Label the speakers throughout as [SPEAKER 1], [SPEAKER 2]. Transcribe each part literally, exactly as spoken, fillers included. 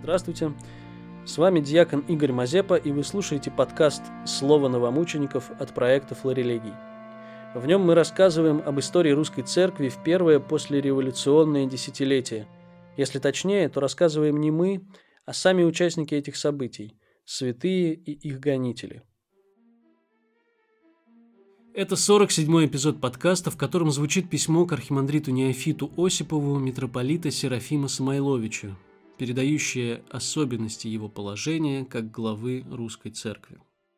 [SPEAKER 1] Здравствуйте, с вами диакон Игорь Мазепа, и вы слушаете подкаст «Слово новомучеников» от проекта «Флорелегий». В нем мы рассказываем об истории русской церкви в первое послереволюционное десятилетие. Если точнее, то рассказываем не мы, а сами участники этих событий, святые и их гонители. Это сорок седьмой эпизод подкаста, в котором звучит письмо к архимандриту Неофиту Осипову митрополита Серафима Самойловича, передающее особенности его положения как главы русской церкви.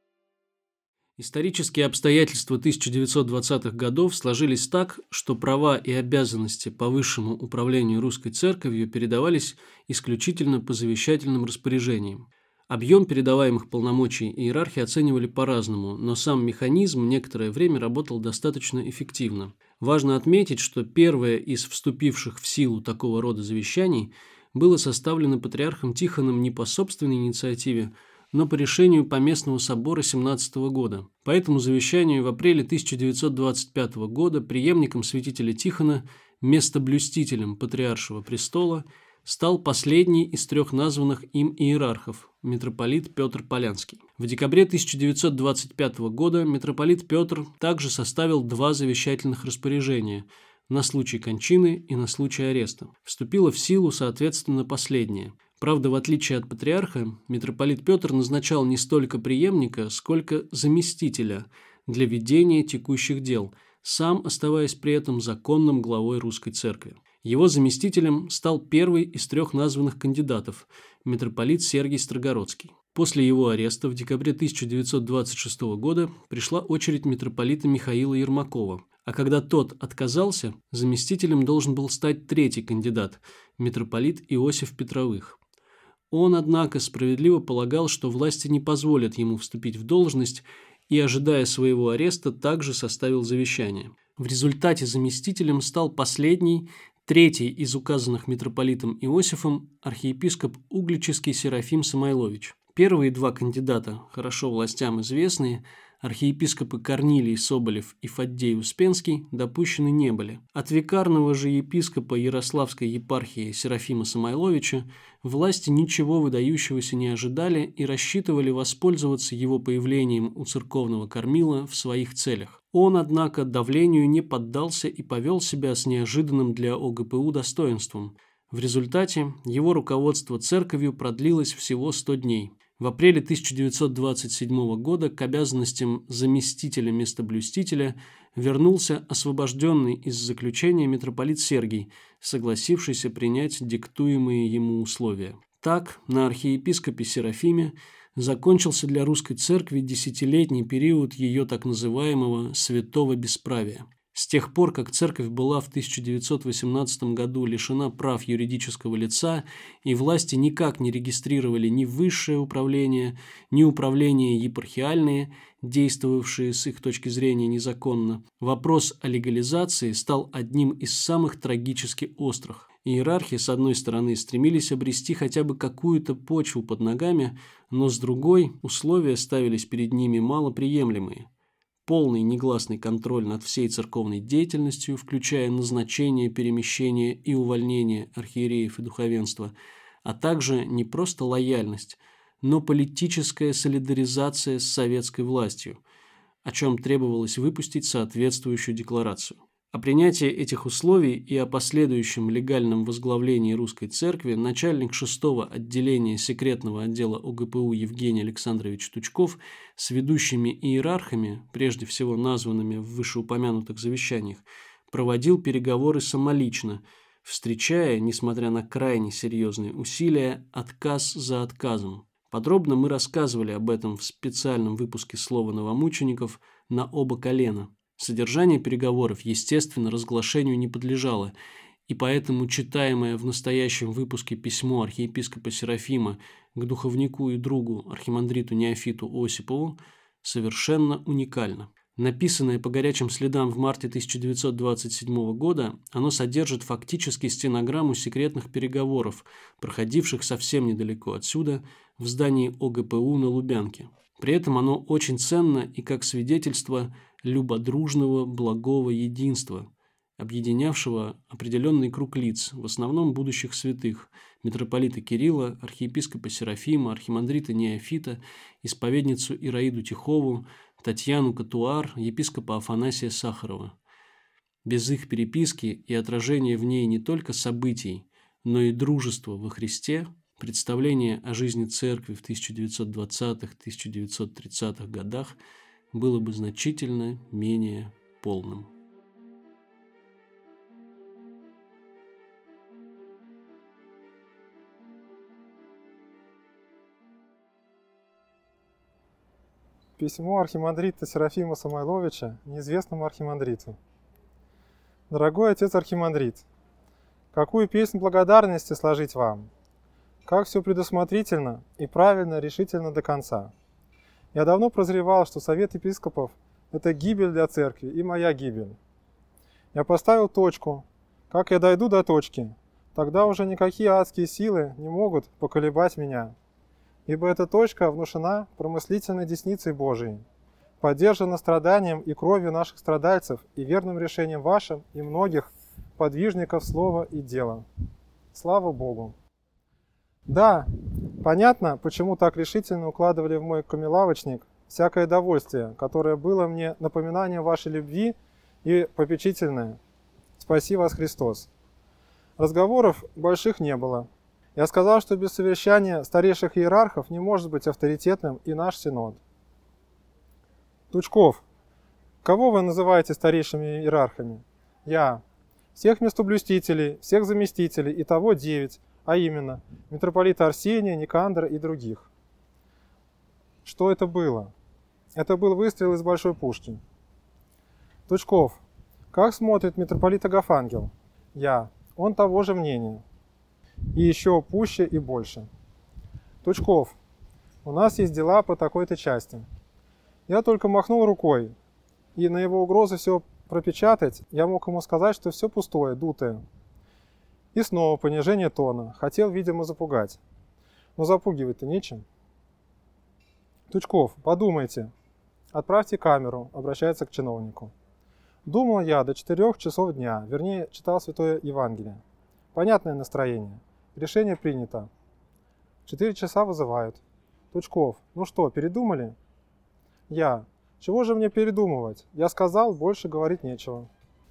[SPEAKER 1] Исторические обстоятельства тысяча девятьсот двадцатых годов сложились так, что права и обязанности по высшему управлению русской церковью передавались исключительно по завещательным распоряжениям. Объем передаваемых полномочий иерархи оценивали по-разному, но сам механизм некоторое время работал достаточно эффективно. Важно отметить, что первое из вступивших в силу такого рода завещаний было составлено патриархом Тихоном не по собственной инициативе, но по решению Поместного собора семнадцатого года. По этому завещанию в апреле тысяча девятьсот двадцать пятого года преемником святителя Тихона, местоблюстителем патриаршего престола, стал последний из трех названных им иерархов – митрополит Петр Полянский. В декабре тысяча девятьсот двадцать пятого года митрополит Петр также составил два завещательных распоряжения – на случай кончины и на случай ареста. Вступило в силу, соответственно, последнее. Правда, в отличие от патриарха, митрополит Петр назначал не столько преемника, сколько заместителя для ведения текущих дел, сам оставаясь при этом законным главой русской церкви. Его заместителем стал первый из трех названных кандидатов – митрополит Сергий Строгородский. После его ареста в декабре тысяча девятьсот двадцать шестого года пришла очередь митрополита Михаила Ермакова, а когда тот отказался, заместителем должен был стать третий кандидат – митрополит Иосиф Петровых. Он, однако, справедливо полагал, что власти не позволят ему вступить в должность, и, ожидая своего ареста, также составил завещание. В результате заместителем стал последний, третий из указанных митрополитом Иосифом, архиепископ Угличский Серафим Самойлович. Первые два кандидата, хорошо властям известные, архиепископы Корнилий Соболев и Фаддей Успенский, допущены не были. От викарного же епископа Ярославской епархии Серафима Самойловича власти ничего выдающегося не ожидали и рассчитывали воспользоваться его появлением у церковного кормила в своих целях. Он, однако, давлению не поддался и повел себя с неожиданным для ОГПУ достоинством. В результате его руководство церковью продлилось всего сто дней. В апреле тысяча девятьсот двадцать седьмого года к обязанностям заместителя-местоблюстителя вернулся освобожденный из заключения митрополит Сергий, согласившийся принять диктуемые ему условия. Так, на архиепископе Серафиме закончился для русской церкви десятилетний период ее так называемого «святого бесправия». С тех пор, как церковь была в тысяча девятьсот восемнадцатом году лишена прав юридического лица и власти никак не регистрировали ни высшее управление, ни управления епархиальные, действовавшие с их точки зрения незаконно, вопрос о легализации стал одним из самых трагически острых. Иерархи, с одной стороны, стремились обрести хотя бы какую-то почву под ногами, но с другой условия ставились перед ними малоприемлемые. Полный негласный контроль над всей церковной деятельностью, включая назначение, перемещение и увольнение архиереев и духовенства, а также не просто лояльность, но политическая солидаризация с советской властью, о чем требовалось выпустить соответствующую декларацию. О принятии этих условий и о последующем легальном возглавлении русской церкви начальник шестого отделения секретного отдела ОГПУ Евгений Александрович Тучков с ведущими иерархами, прежде всего названными в вышеупомянутых завещаниях, проводил переговоры самолично, встречая, несмотря на крайне серьезные усилия, отказ за отказом. Подробно мы рассказывали об этом в специальном выпуске «Слова новомучеников» на оба колена. Содержание переговоров, естественно, разглашению не подлежало, и поэтому читаемое в настоящем выпуске письмо архиепископа Серафима к духовнику и другу архимандриту Неофиту Осипову совершенно уникально. Написанное по горячим следам в марте тысяча девятьсот двадцать седьмого года, оно содержит фактически стенограмму секретных переговоров, проходивших совсем недалеко отсюда, в здании ОГПУ на Лубянке. При этом оно очень ценно и как свидетельство любодружного благого единства, объединявшего определенный круг лиц, в основном будущих святых, митрополита Кирилла, архиепископа Серафима, архимандрита Неофита, исповедницу Ираиду Тихову, Татьяну Катуар, епископа Афанасия Сахарова. Без их переписки и отражения в ней не только событий, но и дружества во Христе, представление о жизни Церкви в тысяча девятьсот двадцатых — тысяча девятьсот тридцатых годах было бы значительно менее полным.
[SPEAKER 2] Письмо архимандрита Серафима Самойловича неизвестному архимандриту. Дорогой отец архимандрит, какую песнь благодарности сложить вам? Как все предусмотрительно и правильно, решительно до конца. Я давно прозревал, что совет епископов – это гибель для церкви и моя гибель. Я поставил точку. Как я дойду до точки, тогда уже никакие адские силы не могут поколебать меня. Ибо эта точка внушена промыслительной десницей Божией, поддержана страданием и кровью наших страдальцев и верным решением вашим и многих подвижников слова и дела. Слава Богу! Да, понятно, почему так решительно укладывали в мой камелавочник всякое довольствие, которое было мне напоминанием вашей любви и попечительное. Спаси вас, Христос! Разговоров больших не было. Я сказал, что без совещания старейших иерархов не может быть авторитетным и наш синод. Тучков, кого вы называете старейшими иерархами? Я. Всех местоблюстителей, всех заместителей, и того девять, а именно митрополита Арсения, Никандра и других. Что это было? Это был выстрел из большой пушки. Тучков, как смотрит митрополит Агафангел? Я. Он того же мнения. И еще пуще и больше. Тучков, у нас есть дела по такой-то части. Я только махнул рукой, и на его угрозы все пропечатать, я мог ему сказать, что все пустое, дутое. И снова понижение тона. Хотел, видимо, запугать. Но запугивать-то нечем. Тучков, подумайте. Отправьте камеру, обращается к чиновнику. Думал я до четырех часов дня, вернее, читал Святое Евангелие. Понятное настроение. Решение принято. Четыре часа вызывают. Тучков, ну что, передумали? Я. Чего же мне передумывать? Я сказал, больше говорить нечего.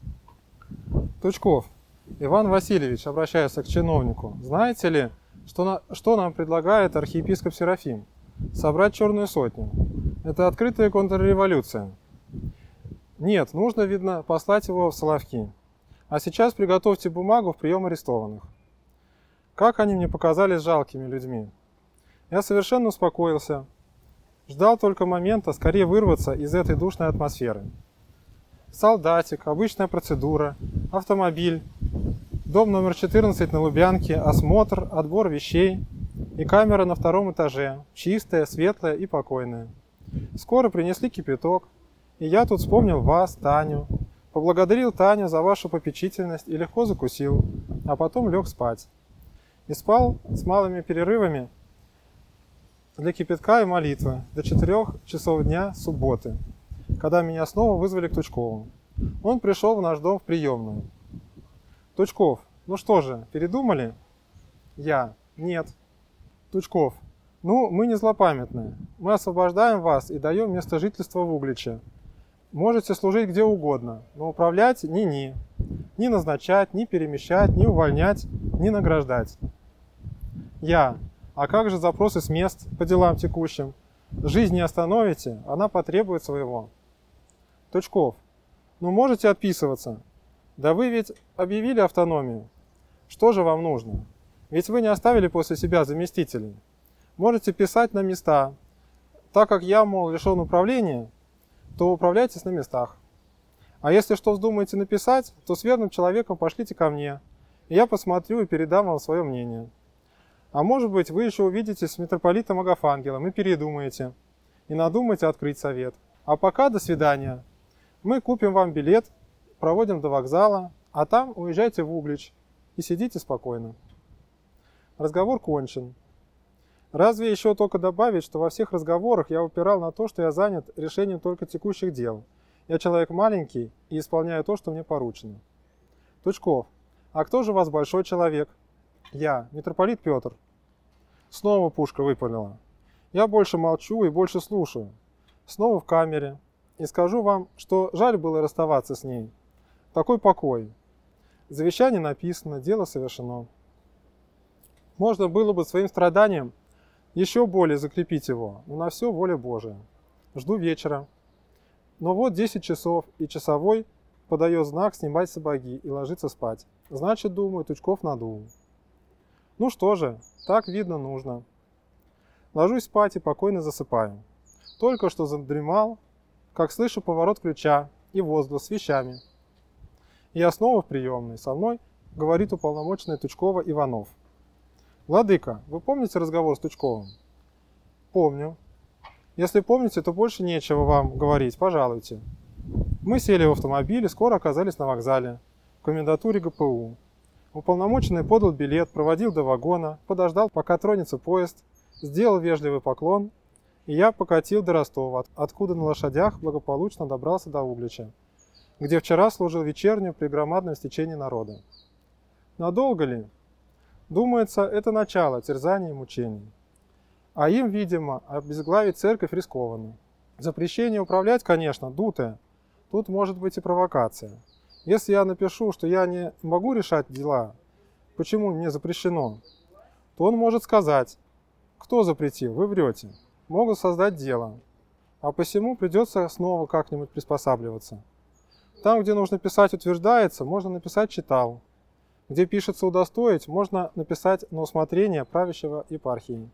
[SPEAKER 2] Тучков. Иван Васильевич, обращается к чиновнику. Знаете ли, что, на, что нам предлагает архиепископ Серафим? Собрать черную сотню. Это открытая контрреволюция. Нет, нужно, видно, послать его в Соловки. А сейчас приготовьте бумагу в прием арестованных. Как они мне показались жалкими людьми. Я совершенно успокоился. Ждал только момента скорее вырваться из этой душной атмосферы. Солдатик, обычная процедура, автомобиль, дом номер четырнадцать на Лубянке, осмотр, отбор вещей и камера на втором этаже, чистая, светлая и покойная. Скоро принесли кипяток, и я тут вспомнил вас, Таню, поблагодарил Таню за вашу попечительность и легко закусил, а потом лег спать. И спал с малыми перерывами для кипятка и молитвы до четырех часов дня субботы, когда меня снова вызвали к Тучкову. Он пришел в наш дом в приемную. Тучков, ну что же, передумали? Я, нет. Тучков, ну, мы не злопамятные. Мы освобождаем вас и даем место жительства в Угличе. Можете служить где угодно, но управлять ни-ни. Ни назначать, ни перемещать, ни увольнять, ни награждать. Я. А как же запросы с мест по делам текущим? Жизнь не остановите, она потребует своего. Тучков. Ну можете отписываться. Да вы ведь объявили автономию. Что же вам нужно? Ведь вы не оставили после себя заместителей. Можете писать на места. Так как я, мол, лишен управления, то управляйтесь на местах. А если что вздумаете написать, то с верным человеком пошлите ко мне, и я посмотрю и передам вам свое мнение. А может быть, вы еще увидитесь с митрополитом Агафангелом и передумаете, и надумаете открыть совет. А пока до свидания. Мы купим вам билет, проводим до вокзала, а там уезжайте в Углич и сидите спокойно. Разговор кончен. Разве еще только добавить, что во всех разговорах я упирал на то, что я занят решением только текущих дел. Я человек маленький и исполняю то, что мне поручено. Тучков, а кто же у вас большой человек? Я, митрополит Петр. Снова пушка выпалила. Я больше молчу и больше слушаю. Снова в камере. И скажу вам, что жаль было расставаться с ней. Такой покой. Завещание написано, дело совершено. Можно было бы своим страданием еще более закрепить его, но на все воля Божия. Жду вечера. Но вот десять часов, и часовой подает знак снимать сапоги и ложиться спать. Значит, думаю, Тучков надул. Ну что же, так видно нужно. Ложусь спать и покойно засыпаю. Только что задремал, как слышу поворот ключа и возглас с вещами. Я снова в приемной. Со мной говорит уполномоченный Тучкова Иванов. «Владыка, вы помните разговор с Тучковым?» «Помню. Если помните, то больше нечего вам говорить, пожалуйте». Мы сели в автомобиль и скоро оказались на вокзале, в комендатуре гэ пэ у. Уполномоченный подал билет, проводил до вагона, подождал, пока тронется поезд, сделал вежливый поклон, и я покатил до Ростова, откуда на лошадях благополучно добрался до Углича, где вчера служил вечернюю при громадном стечении народа. Надолго ли? Думается, это начало терзаний и мучений. А им, видимо, обезглавить церковь рискованно. Запрещение управлять, конечно, дутое. Тут может быть и провокация. Если я напишу, что я не могу решать дела, почему мне запрещено, то он может сказать: кто запретил, вы врете. Могут создать дело. А посему придется снова как-нибудь приспосабливаться. Там, где нужно писать «утверждается», можно написать «читал». Где пишется «удостоить», можно написать «на усмотрение правящего епархии».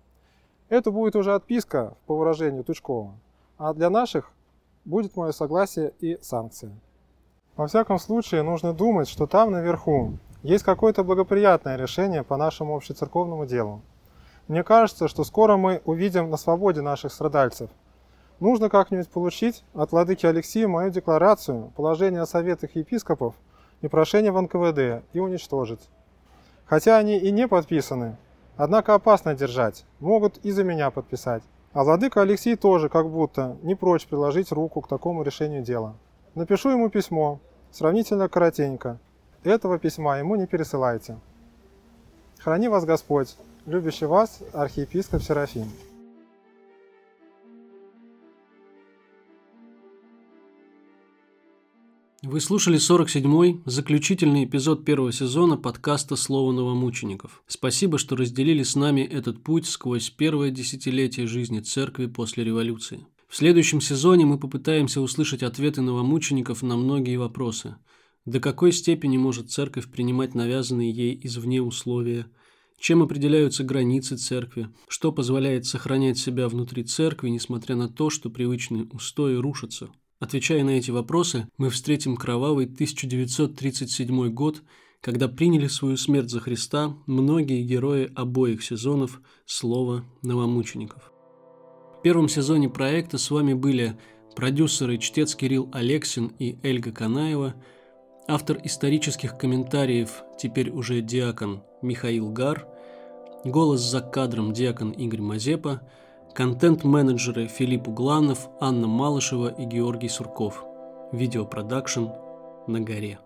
[SPEAKER 2] Это будет уже отписка, по выражению Тучкова, а для наших будет мое согласие и санкция. Во всяком случае, нужно думать, что там наверху есть какое-то благоприятное решение по нашему общецерковному делу. Мне кажется, что скоро мы увидим на свободе наших страдальцев. Нужно как-нибудь получить от владыки Алексия мою декларацию, положение о советах епископов и прошение в эн ка вэ дэ и уничтожить. Хотя они и не подписаны, однако опасно держать, могут и за меня подписать. А владыка Алексий тоже как будто не прочь приложить руку к такому решению дела. Напишу ему письмо, сравнительно коротенько. Этого письма ему не пересылайте. Храни вас Господь, любящий вас архиепископ Серафим.
[SPEAKER 1] Вы слушали сорок седьмой, заключительный эпизод первого сезона подкаста «Слово новомучеников». Спасибо, что разделили с нами этот путь сквозь первое десятилетие жизни церкви после революции. В следующем сезоне мы попытаемся услышать ответы новомучеников на многие вопросы. До какой степени может церковь принимать навязанные ей извне условия? Чем определяются границы церкви? Что позволяет сохранять себя внутри церкви, несмотря на то, что привычные устои рушатся? Отвечая на эти вопросы, мы встретим кровавый тысяча девятьсот тридцать седьмой год, когда приняли свою смерть за Христа многие герои обоих сезонов «Слова новомучеников». В первом сезоне проекта с вами были продюсеры чтец Кирилл Алексин и Эльга Канаева, автор исторических комментариев, теперь уже диакон Михаил Гар, голос за кадром диакон Игорь Мазепа, контент-менеджеры Филипп Угланов, Анна Малышева и Георгий Сурков. Видеопродакшн на горе.